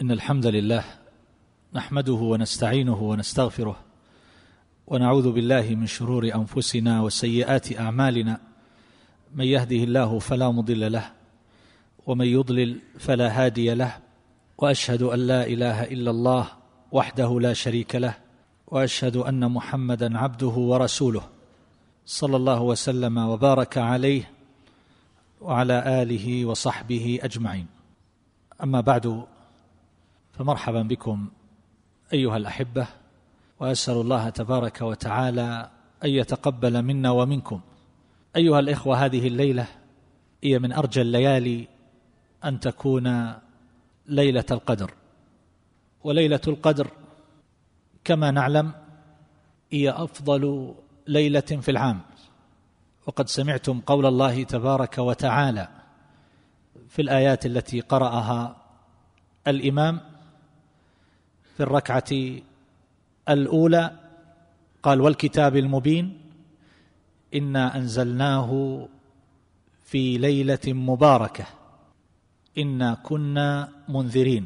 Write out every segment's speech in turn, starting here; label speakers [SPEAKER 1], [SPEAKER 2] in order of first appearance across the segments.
[SPEAKER 1] إن الحمد لله نحمده ونستعينه ونستغفره ونعوذ بالله من شرور أنفسنا وسيئات أعمالنا. من يهده الله فلا مضل له ومن يضلل فلا هادي له، وأشهد أن لا إله إلا الله وحده لا شريك له، وأشهد أن محمدا عبده ورسوله صلى الله وسلم وبارك عليه وعلى آله وصحبه أجمعين. أما بعد، فمرحبا بكم أيها الأحبة، وأسأل الله تبارك وتعالى أن يتقبل منا ومنكم. أيها الإخوة، هذه الليلة هي من أرجى الليالي أن تكون ليلة القدر، وليلة القدر كما نعلم هي أفضل ليلة في العام. وقد سمعتم قول الله تبارك وتعالى في الآيات التي قرأها الإمام في الركعة الأولى، قال: والكتاب المبين إنا أنزلناه في ليلة مباركة إنا كنا منذرين.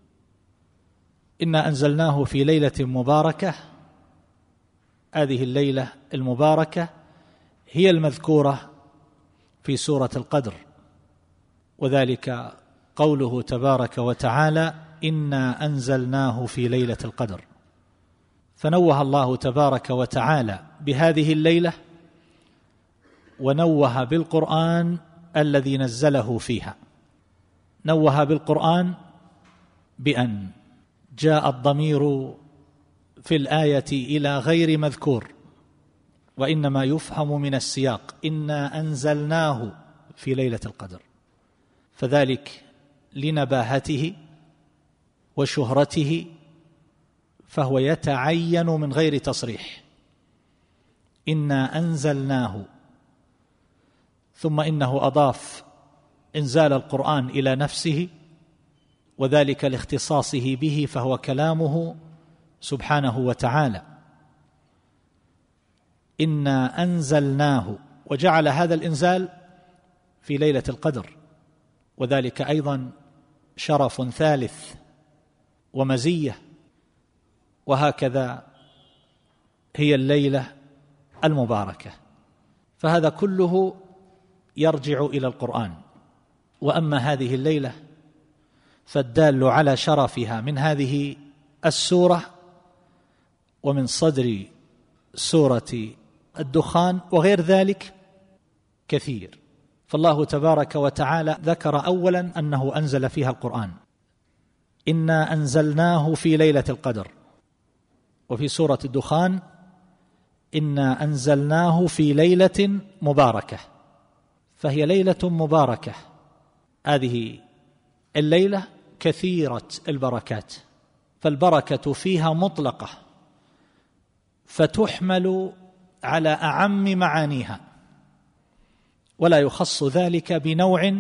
[SPEAKER 1] إنا أنزلناه في ليلة مباركة، هذه الليلة المباركة هي المذكورة في سورة القدر، وذلك قوله تبارك وتعالى: إنا أنزلناه في ليلة القدر. فنوه الله تبارك وتعالى بهذه الليلة، ونوه بالقرآن الذي نزله فيها. نوه بالقرآن بأن جاء الضمير في الآية إلى غير مذكور، وإنما يفهم من السياق: إنا أنزلناه في ليلة القدر، فذلك لنباهته وشهرته، فهو يتعين من غير تصريح. إنا أنزلناه، ثم إنه أضاف إنزال القرآن إلى نفسه، وذلك لاختصاصه به، فهو كلامه سبحانه وتعالى. إنا أنزلناه، وجعل هذا الإنزال في ليلة القدر، وذلك أيضا شرف ثالث ومزية. وهكذا هي الليلة المباركة، فهذا كله يرجع إلى القرآن. وأما هذه الليلة فالدال على شرفها من هذه السورة ومن صدر سورة الدخان وغير ذلك كثير. فالله تبارك وتعالى ذكر أولا أنه أنزل فيها القرآن: إنا أنزلناه في ليلة القدر. وفي سورة الدخان: إنا أنزلناه في ليلة مباركة. فهي ليلة مباركة، هذه الليلة كثيرة البركات، فالبركة فيها مطلقة، فتحمل على أعم معانيها، ولا يخص ذلك بنوع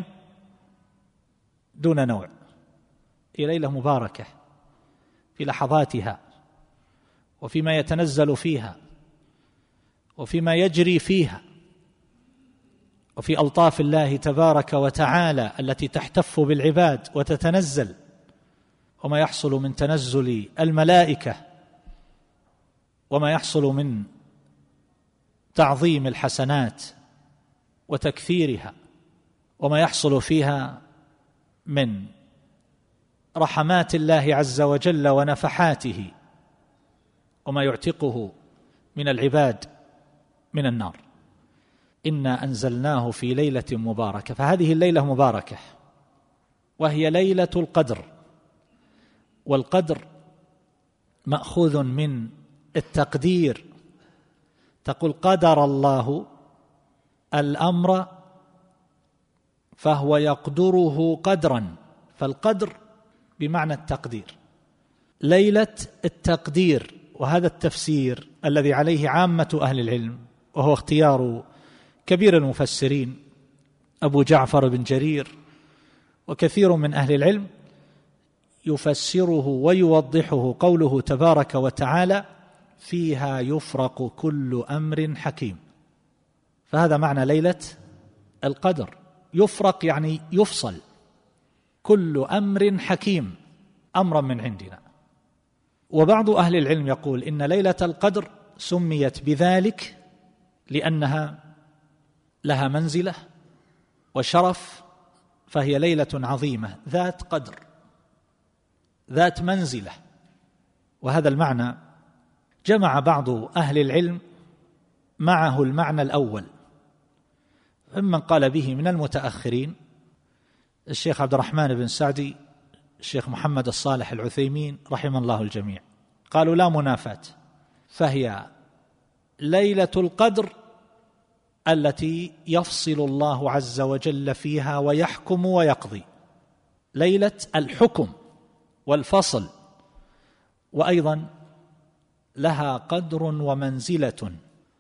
[SPEAKER 1] دون نوع. هي ليلة مباركة في لحظاتها، وفيما يتنزل فيها، وفيما يجري فيها، وفي ألطاف الله تبارك وتعالى التي تحتف بالعباد وتتنزل، وما يحصل من تنزل الملائكة، وما يحصل من تعظيم الحسنات وتكثيرها، وما يحصل فيها من رحمات الله عز وجل ونفحاته، وما يعتقه من العباد من النار. إنا أنزلناه في ليلة مباركة، فهذه الليلة مباركة، وهي ليلة القدر. والقدر مأخوذ من التقدير، تقول: قدر الله الأمر فهو يقدره قدرا. فالقدر بمعنى التقدير، ليلة التقدير. وهذا التفسير الذي عليه عامة أهل العلم، وهو اختيار كبير المفسرين أبو جعفر بن جرير وكثير من أهل العلم، يفسره ويوضحه قوله تبارك وتعالى: فيها يفرق كل أمر حكيم. فهذا معنى ليلة القدر، يفرق يعني يفصل، كل أمر حكيم، أمرا من عندنا. وبعض أهل العلم يقول إن ليلة القدر سميت بذلك لأنها لها منزلة وشرف، فهي ليلة عظيمة ذات قدر ذات منزلة. وهذا المعنى جمع بعض أهل العلم معه المعنى الأول، ممن قال به من المتأخرين الشيخ عبد الرحمن بن سعدي، الشيخ محمد الصالح العثيمين رحمه الله الجميع، قالوا لا منافاة، فهي ليلة القدر التي يفصل الله عز وجل فيها ويحكم ويقضي، ليلة الحكم والفصل، وأيضا لها قدر ومنزلة،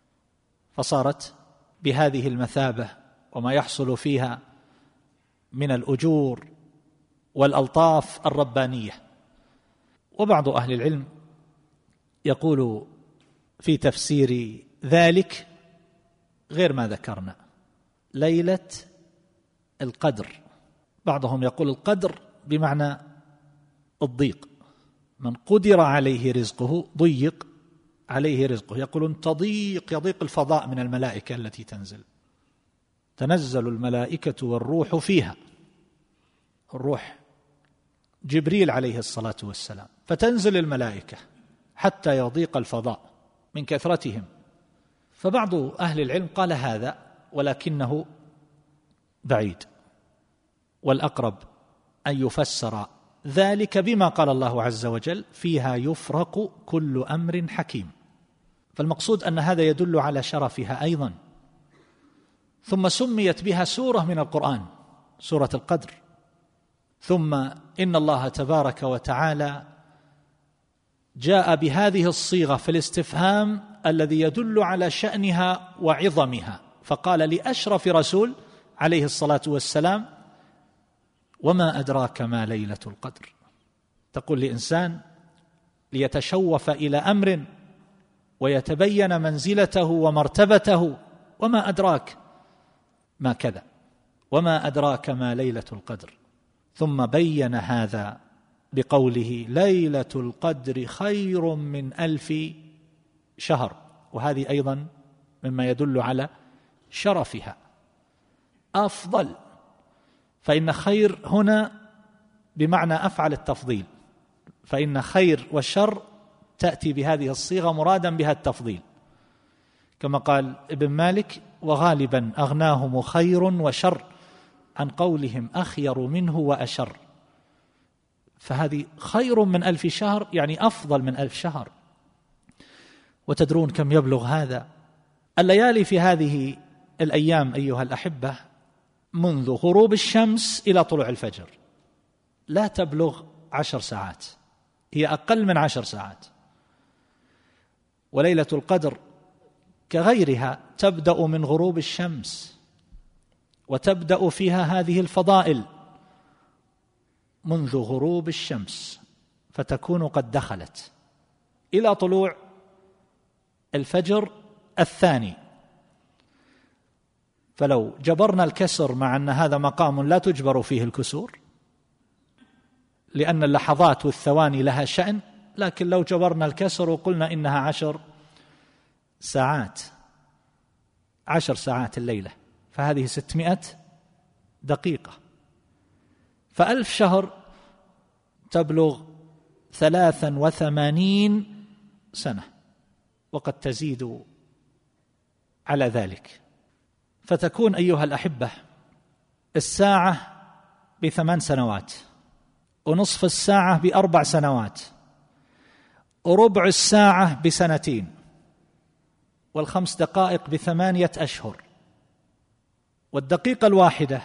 [SPEAKER 1] فصارت بهذه المثابة وما يحصل فيها من الأجور والألطاف الربانية. وبعض أهل العلم يقول في تفسير ذلك غير ما ذكرنا، ليلة القدر. بعضهم يقول القدر بمعنى الضيق، من قدر عليه رزقه ضيق عليه رزقه، يقولون يضيق الفضاء من الملائكة التي تنزل الملائكة والروح فيها، الروح جبريل عليه الصلاة والسلام، فتنزل الملائكة حتى يضيق الفضاء من كثرتهم. فبعض أهل العلم قال هذا، ولكنه بعيد، والأقرب أن يفسر ذلك بما قال الله عز وجل فيها يفرق كل أمر حكيم، فالمقصود أن هذا يدل على شرفها أيضا. ثم سميت بها سورة من القرآن، سورة القدر. ثم إن الله تبارك وتعالى جاء بهذه الصيغة في الاستفهام الذي يدل على شأنها وعظمها، فقال لأشرف رسول عليه الصلاة والسلام وما أدراك ما ليلة القدر. تقول لإنسان ليتشوف إلى أمر ويتبين منزلته ومرتبته، وما أدراك ما كذا، وما أدراك ما ليلة القدر. ثم بين هذا بقوله ليلة القدر خير من 1000 شهر، وهذه أيضا مما يدل على شرفها، أفضل. فإن خير هنا بمعنى أفعل التفضيل، فإن خير والشر تأتي بهذه الصيغة مرادا بها التفضيل، كما قال ابن مالك وغالبا أغناهم خير وشر عن قولهم أخير منه وأشر. فهذه خير من 1000 شهر، يعني أفضل من 1000 شهر. وتدرون كم يبلغ هذا؟ الليالي في هذه الأيام أيها الأحبة منذ غروب الشمس إلى طلوع الفجر لا تبلغ 10 ساعات، هي أقل من 10 ساعات. وليلة القدر كغيرها تبدأ من غروب الشمس، وتبدأ فيها هذه الفضائل منذ غروب الشمس، فتكون قد دخلت إلى طلوع الفجر الثاني. فلو جبرنا الكسر، مع أن هذا مقام لا تجبر فيه الكسور لأن اللحظات والثواني لها شأن، لكن لو جبرنا الكسر وقلنا إنها 10 ساعات، 10 ساعات الليلة، فهذه 600 دقيقة، ف1000 شهر تبلغ 83 سنة، وقد تزيد على ذلك. فتكون أيها الأحبة الساعة ب8 سنوات، ونصف الساعة ب4 سنوات، وربع الساعة ب2 والخمس دقائق ب8 أشهر، والدقيقة الواحدة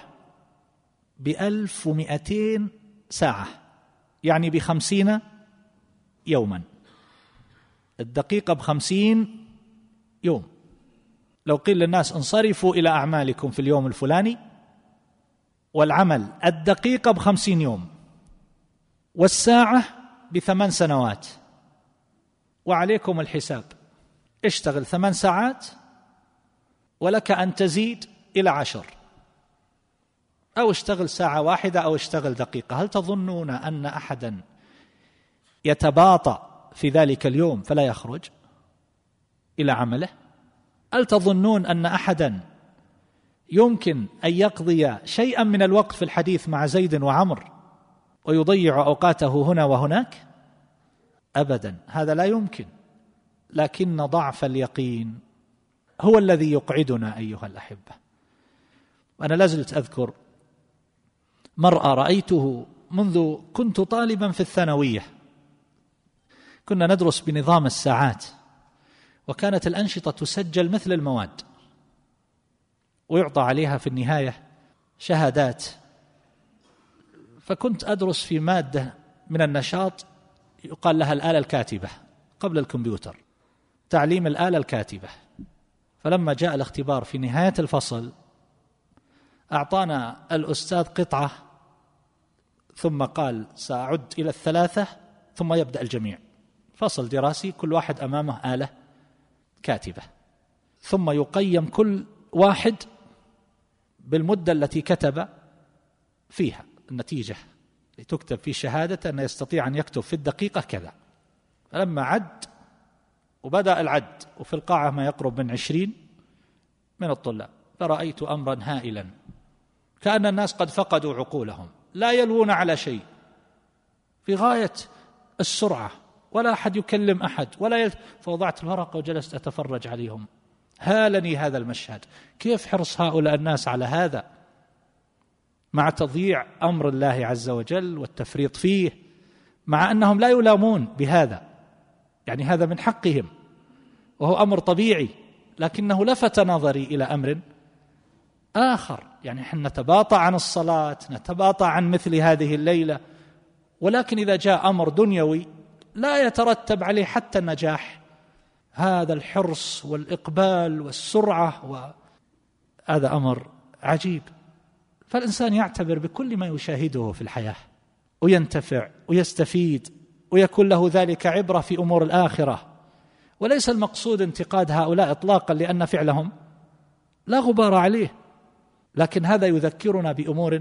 [SPEAKER 1] ب1200 ساعة، يعني ب50 يوما. الدقيقة ب50 يوم. لو قيل للناس انصرفوا إلى أعمالكم في اليوم الفلاني، والعمل الدقيقة ب50 يوم، والساعة ب8 سنوات، وعليكم الحساب، اشتغل 8 ساعات ولك أن تزيد إلى 10، أو اشتغل ساعة واحدة أو اشتغل دقيقة. هل تظنون أن أحدا يتباطأ في ذلك اليوم فلا يخرج إلى عمله؟ هل تظنون أن أحدا يمكن أن يقضي شيئا من الوقت في الحديث مع زيد وعمر ويضيع أوقاته هنا وهناك؟ أبدا، هذا لا يمكن. لكن ضعف اليقين هو الذي يقعدنا أيها الأحبة. وأنا لازلت أذكر مرأة رأيته منذ كنت طالبا في الثانوية، كنا ندرس بنظام الساعات، وكانت الأنشطة تسجل مثل المواد ويعطى عليها في النهاية شهادات. فكنت أدرس في مادة من النشاط يقال لها الآلة الكاتبة قبل الكمبيوتر، تعليم الآلة الكاتبة. فلما جاء الاختبار في نهاية الفصل أعطانا الأستاذ قطعة ثم قال سأعد إلى 3 ثم يبدأ الجميع. فصل دراسي كل واحد أمامه آلة كاتبة، ثم يقيم كل واحد بالمدة التي كتب فيها النتيجة لتكتب في شهادة أنه يستطيع أن يكتب في الدقيقة كذا. فلما عد وبدأ العد وفي القاعة ما يقرب من 20 من الطلاب، فرأيت أمرا هائلا، كأن الناس قد فقدوا عقولهم، لا يلوون على شيء، في غاية السرعة، ولا أحد يكلم أحد فوضعت الورقة وجلست أتفرج عليهم. هالني هذا المشهد، كيف حرص هؤلاء الناس على هذا مع تضييع أمر الله عز وجل والتفريط فيه، مع أنهم لا يلامون بهذا، يعني هذا من حقهم وهو أمر طبيعي، لكنه لفت نظري إلى أمر آخر. يعني احنا نتباطأ عن الصلاة، نتباطأ عن مثل هذه الليلة، ولكن إذا جاء أمر دنيوي لا يترتب عليه حتى النجاح، هذا الحرص والإقبال والسرعة، وهذا أمر عجيب. فالإنسان يعتبر بكل ما يشاهده في الحياة وينتفع ويستفيد ويكون له ذلك عبرة في أمور الآخرة. وليس المقصود انتقاد هؤلاء إطلاقا، لأن فعلهم لا غبار عليه، لكن هذا يذكرنا بأمور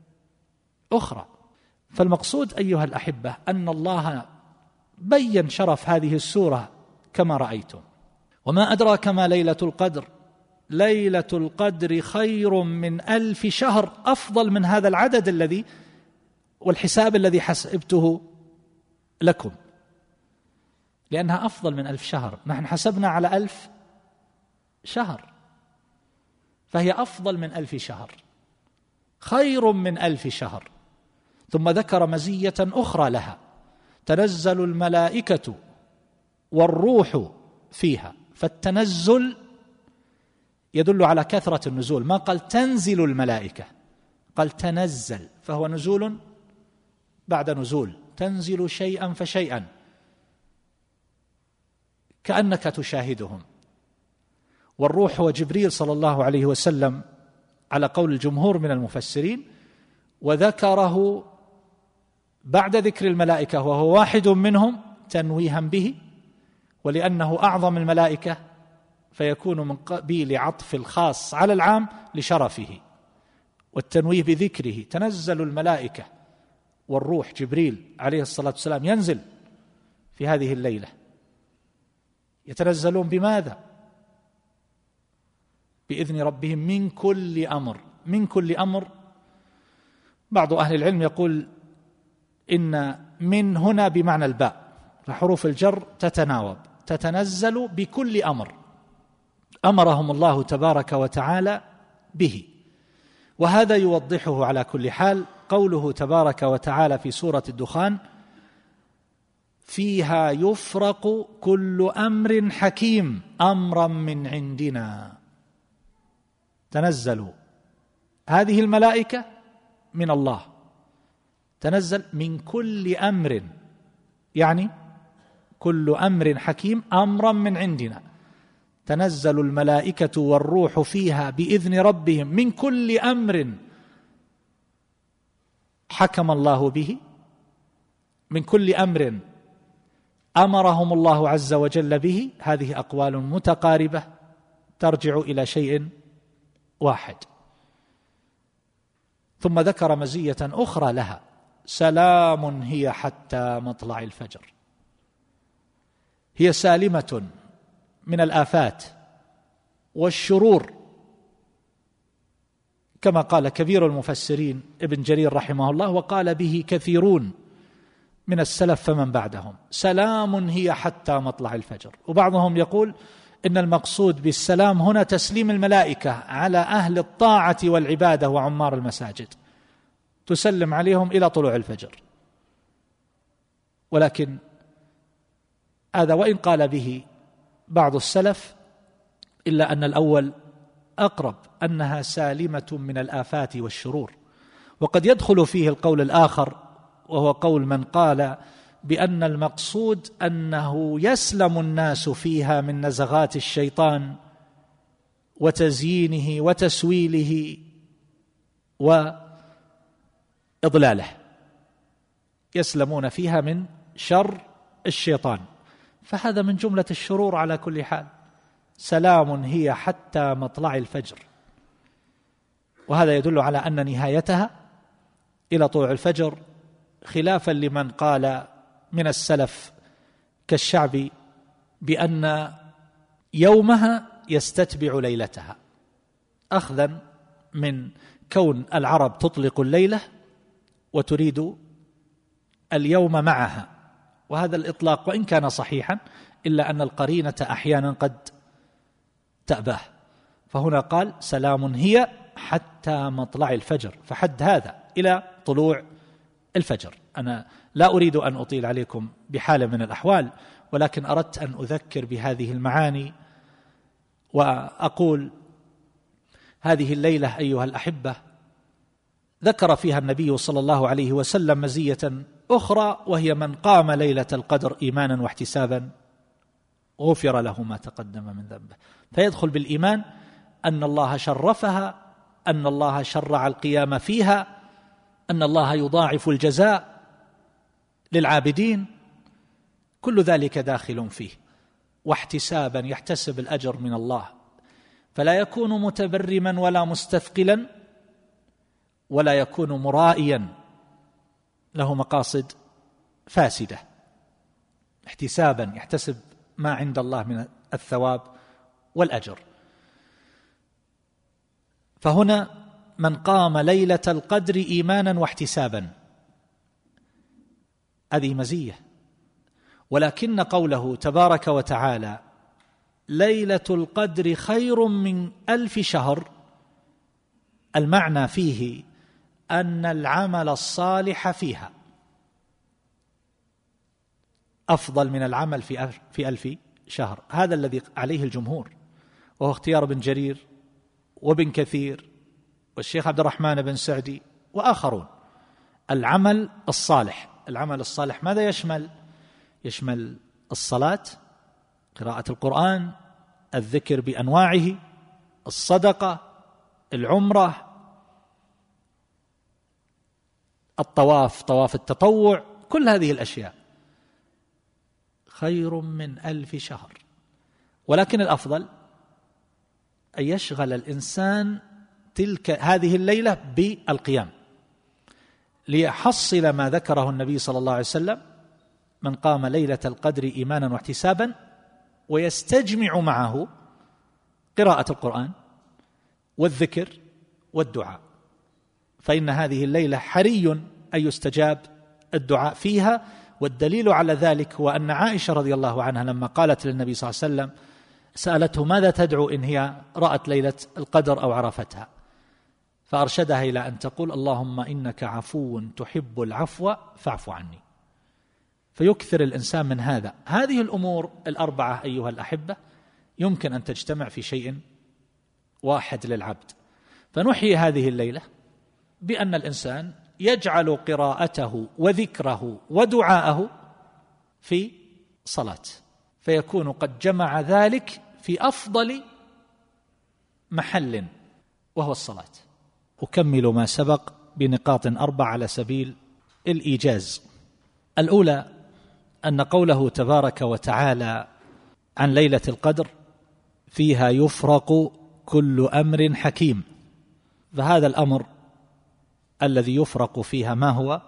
[SPEAKER 1] أخرى. فالمقصود أيها الأحبة أن الله بين شرف هذه السورة كما رأيتم. وما أدراك ما ليلة القدر، ليلة القدر خير من 1000 شهر، أفضل من هذا العدد الذي والحساب الذي حسبته لكم، لأنها أفضل من 1000 شهر. نحن حسبنا على 1000 شهر، فهي أفضل من 1000 شهر، خير من 1000 شهر. ثم ذكر مزية أخرى لها: تنزل الملائكة والروح فيها. فالتنزل يدل على كثرة النزول، ما قال تنزل الملائكة، قال تنزل، فهو نزول بعد نزول، تنزل شيئا فشيئا كأنك تشاهدهم. والروح هو جبريل صلى الله عليه وسلم على قول الجمهور من المفسرين، وذكره بعد ذكر الملائكة وهو واحد منهم تنويها به، ولأنه أعظم الملائكة فيكون من قبيل عطف الخاص على العام لشرفه، والتنويه بذكره. تنزل الملائكة والروح، جبريل عليه الصلاة والسلام ينزل في هذه الليلة. يتنزلون بماذا؟ بإذن ربهم من كل أمر. من كل أمر، بعض أهل العلم يقول إن من هنا بمعنى الباء، فحروف الجر تتناوب، تتنزل بكل أمر أمرهم الله تبارك وتعالى به. وهذا يوضحه على كل حال قوله تبارك وتعالى في سورة الدخان: فيها يفرق كل أمر حكيم أمرا من عندنا. تنزل هذه الملائكة من الله، تنزل من كل أمر، يعني كل أمر حكيم أمرا من عندنا. تنزل الملائكة والروح فيها بإذن ربهم من كل أمر حكم الله به، من كل أمر أمرهم الله عز وجل به. هذه أقوال متقاربة ترجع إلى شيء واحد. ثم ذكر مزية أخرى لها سلام هي حتى مطلع الفجر. هي سالمة من الآفات والشرور، كما قال كبير المفسرين ابن جرير رحمه الله، وقال به كثيرون من السلف فمن بعدهم: سلام هي حتى مطلع الفجر. وبعضهم يقول إن المقصود بالسلام هنا تسليم الملائكة على أهل الطاعة والعبادة وعمار المساجد، تسلم عليهم إلى طلوع الفجر. ولكن هذا وإن قال به بعض السلف إلا أن الأول أقرب، أنها سالمة من الآفات والشرور. وقد يدخل فيه القول الآخر، وهو قول من قال بأن المقصود أنه يسلم الناس فيها من نزغات الشيطان وتزيينه وتسويله وإضلاله، يسلمون فيها من شر الشيطان، فهذا من جملة الشرور على كل حال. سلام هي حتى مطلع الفجر، وهذا يدل على أن نهايتها إلى طلوع الفجر، خلافا لمن قال من السلف كالشعبي بأن يومها يستتبع ليلتها، أخذا من كون العرب تطلق الليلة وتريد اليوم معها. وهذا الإطلاق وإن كان صحيحا إلا أن القرينة أحيانا قد تأباه، فهنا قال سلام هي حتى مطلع الفجر، فحد هذا إلى طلوع الفجر. أنا لا أريد أن أطيل عليكم بحال من الأحوال، ولكن أردت أن أذكر بهذه المعاني وأقول هذه الليلة أيها الأحبة ذكر فيها النبي صلى الله عليه وسلم مزية أخرى، وهي من قام ليلة القدر إيمانا واحتسابا غفر له ما تقدم من ذنبه. فيدخل بالإيمان أن الله شرفها، أن الله شرع القيام فيها، أن الله يضاعف الجزاء للعابدين، كل ذلك داخل فيه، واحتسابا يحتسب الأجر من الله، فلا يكون متبرما ولا مستثقلا، ولا يكون مرائيا له مقاصد فاسدة، احتسابا يحتسب ما عند الله من الثواب والأجر. فهنا من قام ليلة القدر إيمانا واحتسابا، هذه مزية. ولكن قوله تبارك وتعالى ليلة القدر خير من 1000 شهر، المعنى فيه أن العمل الصالح فيها أفضل من العمل في 1000 شهر. هذا الذي عليه الجمهور، وهو اختيار ابن جرير وابن كثير والشيخ عبد الرحمن بن سعدي وآخرون. العمل الصالح، العمل الصالح ماذا يشمل؟ يشمل الصلاة، قراءة القرآن، الذكر بأنواعه، الصدقة، العمرة، الطواف، طواف التطوع، كل هذه الأشياء خير من 1000 شهر. ولكن الأفضل أن يشغل الإنسان هذه الليلة بالقيام، ليحصل ما ذكره النبي صلى الله عليه وسلم: من قام ليلة القدر إيمانا واحتسابا، ويستجمع معه قراءة القرآن والذكر والدعاء، فإن هذه الليلة حري أن يستجاب الدعاء فيها. والدليل على ذلك هو أن عائشة رضي الله عنها لما قالت للنبي صلى الله عليه وسلم، سألته ماذا تدعو إن هي رأت ليلة القدر أو عرفتها، فأرشدها إلى أن تقول اللهم إنك عفو تحب العفو فاعف عني. فيكثر الإنسان من هذا. هذه الأمور الأربعة أيها الأحبة يمكن أن تجتمع في شيء واحد للعبد. فنحيي هذه الليلة بأن الإنسان يجعل قراءته وذكره ودعاءه في صلاة، فيكون قد جمع ذلك في أفضل محل وهو الصلاة. أكمل ما سبق بنقاط 4 على سبيل الإيجاز. الأولى أن قوله تبارك وتعالى عن ليلة القدر فيها يفرق كل أمر حكيم، فهذا الأمر الذي يفرق فيها ما هو؟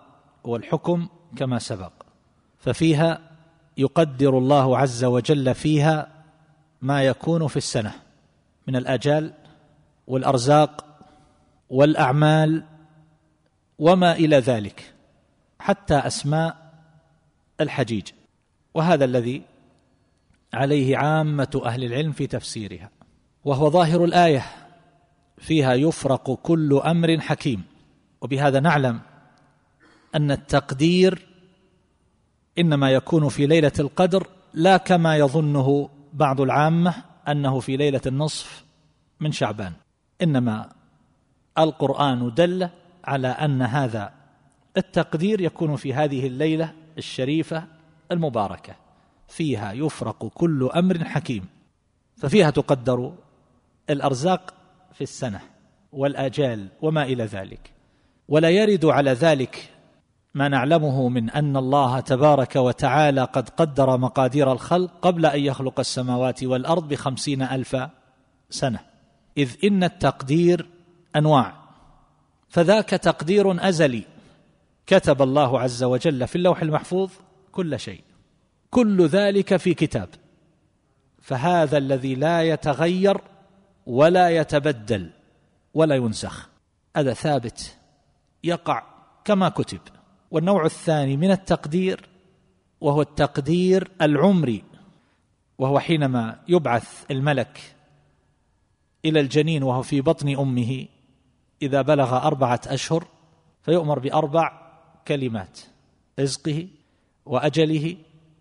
[SPEAKER 1] والحكم كما سبق. ففيها يقدر الله عز وجل فيها ما يكون في السنة من الآجال والأرزاق والأعمال وما إلى ذلك، حتى أسماء الحجيج. وهذا الذي عليه عامة أهل العلم في تفسيرها، وهو ظاهر الآية: فيها يفرق كل أمر حكيم. وبهذا نعلم أن التقدير إنما يكون في ليلة القدر، لا كما يظنه بعض العامة أنه في ليلة النصف من شعبان. إنما القرآن دل على أن هذا التقدير يكون في هذه الليلة الشريفة المباركة، فيها يفرق كل أمر حكيم. ففيها تقدر الأرزاق في السنة والآجال وما إلى ذلك. ولا يرد على ذلك ما نعلمه من أن الله تبارك وتعالى قد قدر مقادير الخلق قبل أن يخلق السماوات والأرض ب50,000 سنة، إذ إن التقدير أنواع. فذاك تقدير أزلي، كتب الله عز وجل في اللوح المحفوظ كل شيء، كل ذلك في كتاب. فهذا الذي لا يتغير ولا يتبدل ولا ينسخ، هذا ثابت يقع كما كتب. والنوع الثاني من التقدير وهو التقدير العمري، وهو حينما يبعث الملك إلى الجنين وهو في بطن أمه إذا بلغ 4 أشهر، فيؤمر ب4 كلمات: رزقه وأجله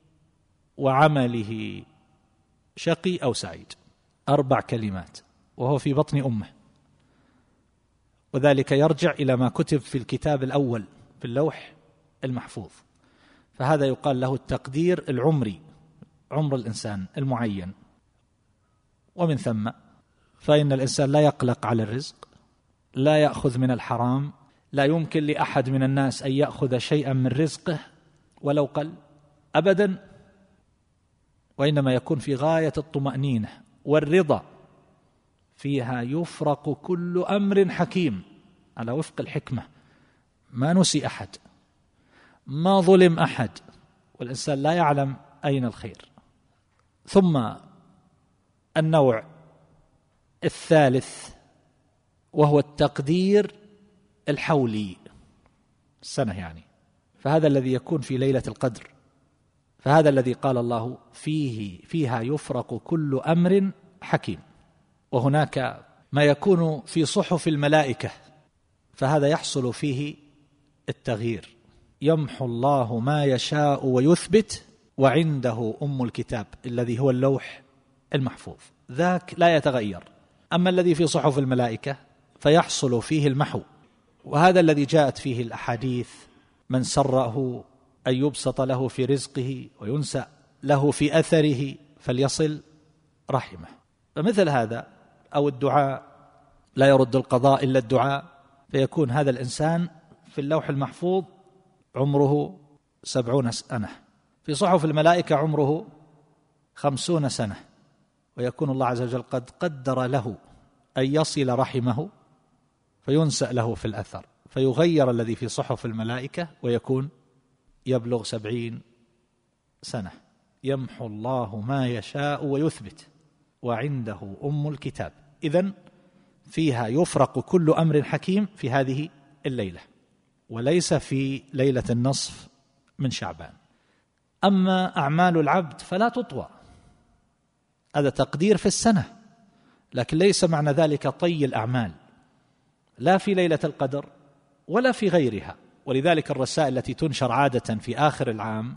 [SPEAKER 1] وعمله، شقي أو سعيد، 4 كلمات وهو في بطن أمه. وذلك يرجع إلى ما كتب في الكتاب الأول في اللوح المحفوظ. فهذا يقال له التقدير العمري، عمر الإنسان المعين. ومن ثم فإن الإنسان لا يقلق على الرزق، لا يأخذ من الحرام، لا يمكن لأحد من الناس أن يأخذ شيئا من رزقه ولو قل أبدا، وإنما يكون في غاية الطمأنينة والرضا. فيها يفرق كل أمر حكيم، على وفق الحكمة، ما نسي أحد، ما ظلم أحد، والإنسان لا يعلم أين الخير. ثم النوع الثالث وهو التقدير الحولي، السنة يعني. فهذا الذي يكون في ليلة القدر، فهذا الذي قال الله فيها يفرق كل أمر حكيم. وهناك ما يكون في صحف الملائكة، فهذا يحصل فيه التغيير. يمحو الله ما يشاء ويثبت وعنده أم الكتاب الذي هو اللوح المحفوظ، ذاك لا يتغير. أما الذي في صحف الملائكة فيحصل فيه المحو، وهذا الذي جاءت فيه الأحاديث: من سره أن يبسط له في رزقه وينسأ له في أثره فليصل رحمه. فمثل هذا، أو الدعاء: لا يرد القضاء إلا الدعاء، فيكون هذا الإنسان في اللوح المحفوظ عمره 70 سنة، في صحف الملائكة عمره 50 سنة، ويكون الله عز وجل قد قدر له أن يصل رحمه فينسأ له في الأثر، فيغير الذي في صحف الملائكة ويكون يبلغ 70 سنة. يمحو الله ما يشاء ويثبت وعنده أم الكتاب. إذن فيها يفرق كل أمر حكيم في هذه الليلة، وليس في ليلة النصف من شعبان. أما أعمال العبد فلا تطوى، هذا تقدير في السنة، لكن ليس معنى ذلك طي الأعمال، لا في ليلة القدر ولا في غيرها. ولذلك الرسائل التي تنشر عادة في آخر العام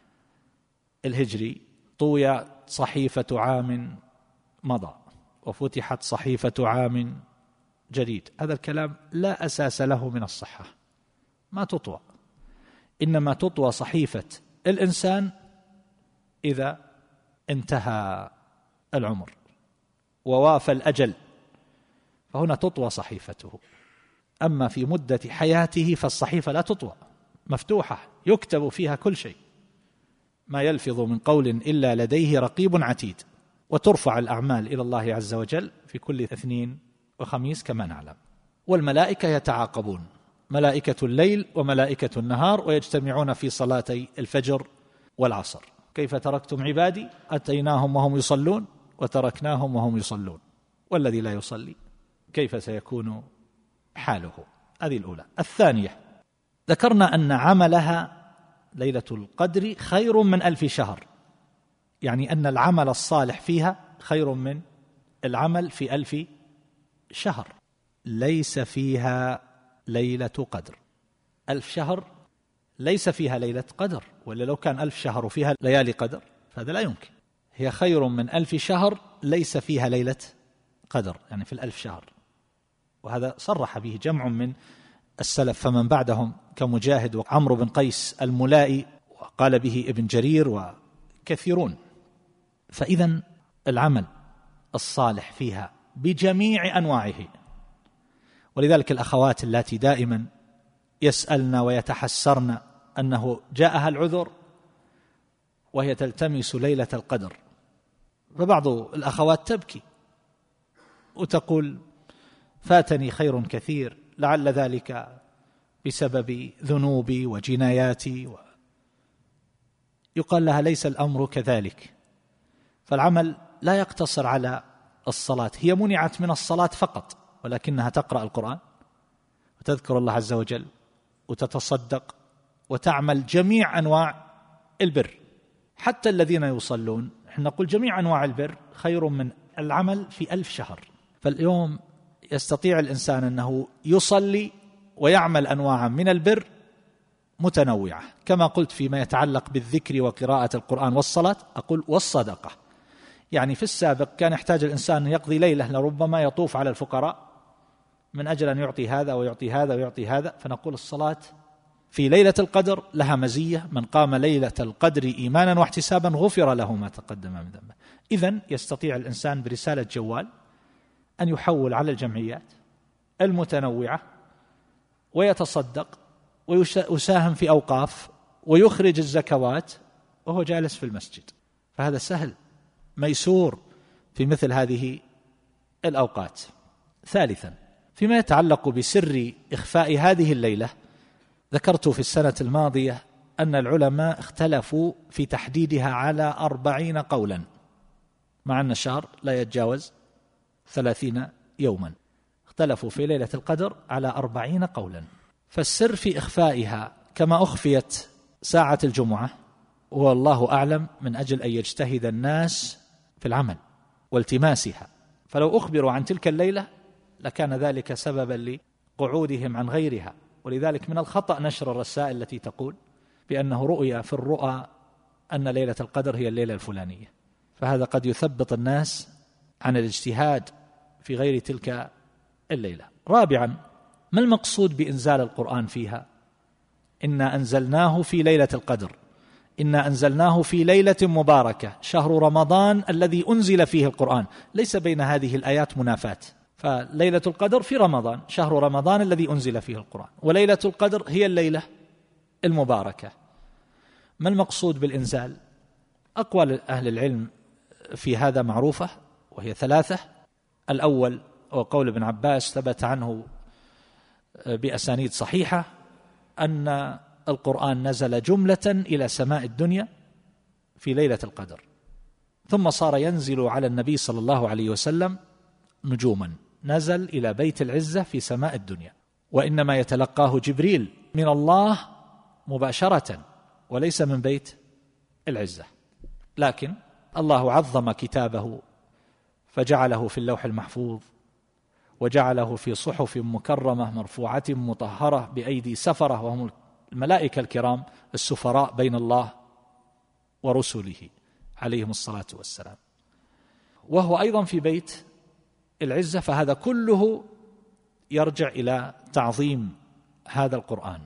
[SPEAKER 1] الهجري: طويت صحيفة عام مضى وفتحت صحيفة عام جديد، هذا الكلام لا أساس له من الصحة، ما تطوى. إنما تطوى صحيفة الإنسان إذا انتهى العمر ووافى الأجل، فهنا تطوى صحيفته. أما في مدة حياته فالصحيفة لا تطوى، مفتوحة يكتب فيها كل شيء، ما يلفظ من قول إلا لديه رقيب عتيد. وترفع الأعمال إلى الله عز وجل في كل اثنين وخميس كما نعلم، والملائكة يتعاقبون ملائكة الليل وملائكة النهار ويجتمعون في صلاتي الفجر والعصر. كيف تركتم عبادي أتيناهم وهم يصلون وتركناهم وهم يصلون والذي لا يصلي كيف سيكون حاله؟ هذه الأولى. الثانية، ذكرنا أن عملها ليلة القدر خير من 1000 شهر، يعني أن العمل الصالح فيها خير من العمل في 1000 شهر. ليس فيها ليلة قدر. 1000 شهر ليس فيها ليلة قدر، ولا لو كان 1000 شهر وفيها ليالي قدر فهذا لا يمكن. هي خير من 1000 شهر ليس فيها ليلة قدر، يعني في 1000 شهر. وهذا صرح به جمع من السلف فمن بعدهم كمجاهد وعمرو بن قيس الملائي، وقال به ابن جرير وكثيرون. فإذا العمل الصالح فيها بجميع أنواعه. ولذلك الأخوات اللاتي دائما يسألن ويتحسرن أنه جاءها العذر وهي تلتمس ليلة القدر، فبعض الأخوات تبكي وتقول فاتني خير كثير، لعل ذلك بسبب ذنوبي وجناياتي. يقال لها ليس الأمر كذلك، فالعمل لا يقتصر على الصلاة. هي منعت من الصلاة فقط، ولكنها تقرأ القرآن وتذكر الله عز وجل وتتصدق وتعمل جميع أنواع البر. حتى الذين يصلون، احنا نقول جميع أنواع البر خير من العمل في 1000 شهر. فاليوم يستطيع الإنسان أنه يصلي ويعمل أنواعا من البر متنوعة، كما قلت فيما يتعلق بالذكر وقراءة القرآن والصلاة، أقول والصدقة. يعني في السابق كان يحتاج الإنسان يقضي ليلة لربما يطوف على الفقراء من أجل أن يعطي هذا ويعطي هذا ويعطي هذا، فنقول الصلاة في ليلة القدر لها مزية، من قام ليلة القدر إيمانا واحتسابا غفر له ما تقدم من ذنبه. إذن يستطيع الإنسان برسالة جوال أن يحول على الجمعيات المتنوعة ويتصدق ويساهم في أوقاف ويخرج الزكوات وهو جالس في المسجد. فهذا سهل ميسور في مثل هذه الأوقات. ثالثا، فيما يتعلق بسر إخفاء هذه الليلة، ذكرت في السنة الماضية أن العلماء اختلفوا في تحديدها على 40 قولا، مع أن الشهر لا يتجاوز 30 يوما. اختلفوا في ليلة القدر على 40 قولا. فالسر في إخفائها كما أخفيت ساعة الجمعة هو الله أعلم، من أجل أن يجتهد الناس في العمل والتماسها. فلو أخبروا عن تلك الليلة لكان ذلك سببا لقعودهم عن غيرها. ولذلك من الخطأ نشر الرسائل التي تقول بأنه رؤيا في الرؤى أن ليلة القدر هي الليلة الفلانية، فهذا قد يثبط الناس عن الاجتهاد في غير تلك الليلة. رابعا، ما المقصود بإنزال القرآن فيها؟ إنا أنزلناه في ليلة القدر، إنا أنزلناه في ليلة مباركة شهر رمضان الذي أنزل فيه القرآن. ليس بين هذه الآيات منافاة، فليلة القدر في رمضان، شهر رمضان الذي أنزل فيه القرآن، وليلة القدر هي الليلة المباركة. ما المقصود بالإنزال؟ أقوال أهل العلم في هذا معروفة، وهي 3. الأول هو قول ابن عباس ثبت عنه بأسانيد صحيحة أن القرآن نزل جملة إلى سماء الدنيا في ليلة القدر، ثم صار ينزل على النبي صلى الله عليه وسلم نجوما، نزل إلى بيت العزة في سماء الدنيا، وإنما يتلقاه جبريل من الله مباشرة وليس من بيت العزة. لكن الله عظم كتابه فجعله في اللوح المحفوظ، وجعله في صحف مكرمة مرفوعة مطهرة بأيدي سفرة، وهم الملائكة الكرام السفراء بين الله ورسله عليهم الصلاة والسلام، وهو أيضا في بيت العزة. فهذا كله يرجع إلى تعظيم هذا القرآن.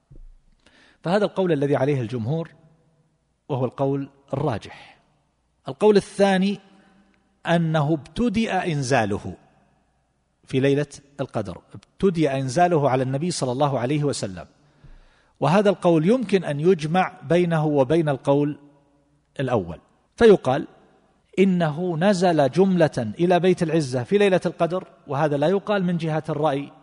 [SPEAKER 1] فهذا القول الذي عليه الجمهور، وهو القول الراجح. القول الثاني أنه ابتدأ إنزاله في ليلة القدر، ابتدأ إنزاله على النبي صلى الله عليه وسلم، وهذا القول يمكن أن يجمع بينه وبين القول الأول، فيقال إنه نزل جملة إلى بيت العزة في ليلة القدر، وهذا لا يقال من جهة الرأي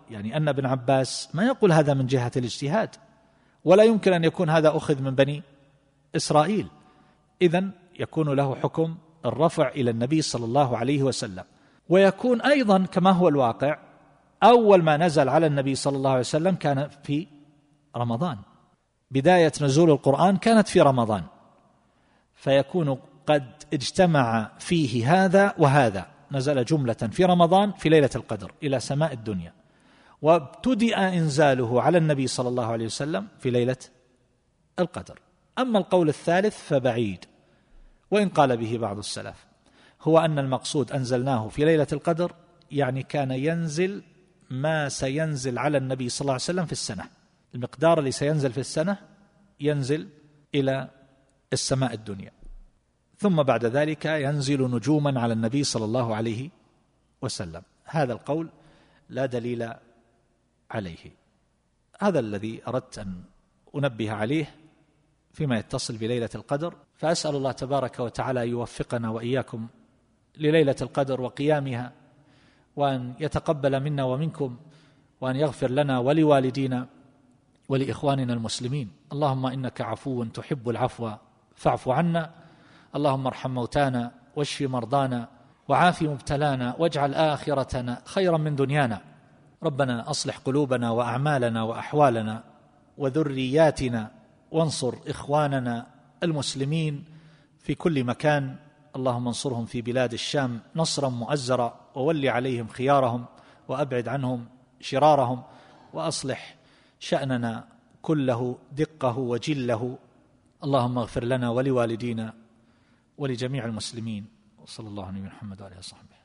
[SPEAKER 1] يعني أن ابن عباس ما يقول هذا من جهة الاجتهاد، ولا يمكن أن يكون هذا أخذ من بني إسرائيل، إذن يكون له حكم الرفع إلى النبي صلى الله عليه وسلم. ويكون أيضا كما هو الواقع أول ما نزل على النبي صلى الله عليه وسلم كان في رمضان، بداية نزول القرآن كانت في رمضان، فيكون قد اجتمع فيه هذا وهذا، نزل جملة في رمضان في ليلة القدر إلى سماء الدنيا، وابتدأ إنزاله على النبي صلى الله عليه وسلم في ليلة القدر. أما القول الثالث فبعيد، وإن قال به بعض السلف، هو أن المقصود أنزلناه في ليلة القدر، يعني كان ينزل ما سينزل على النبي صلى الله عليه وسلم في السنة، المقدار اللي سينزل في السنة ينزل إلى السماء الدنيا، ثم بعد ذلك ينزل نجوما على النبي صلى الله عليه وسلم. هذا القول لا دليل عليه. هذا الذي أردت أن أنبه عليه فيما يتصل بليلة القدر، فأسأل الله تبارك وتعالى أن يوفقنا وإياكم لليلة القدر وقيامها، وأن يتقبل منا ومنكم، وأن يغفر لنا ولوالدينا ولإخواننا المسلمين. اللهم إنك عفو تحب العفو فاعف عنا. اللهم ارحم موتانا واشف مرضانا وعاف مبتلانا واجعل آخرتنا خيرا من دنيانا. ربنا أصلح قلوبنا وأعمالنا وأحوالنا وذرياتنا، وانصر إخواننا المسلمين في كل مكان. اللهم انصرهم في بلاد الشام نصرا مؤزرا، وول عليهم خيارهم وأبعد عنهم شرارهم، وأصلح شأننا كله دقه وجله. اللهم اغفر لنا ولوالدينا ولجميع المسلمين، وصلى الله على محمد وعلى آله وصحبه.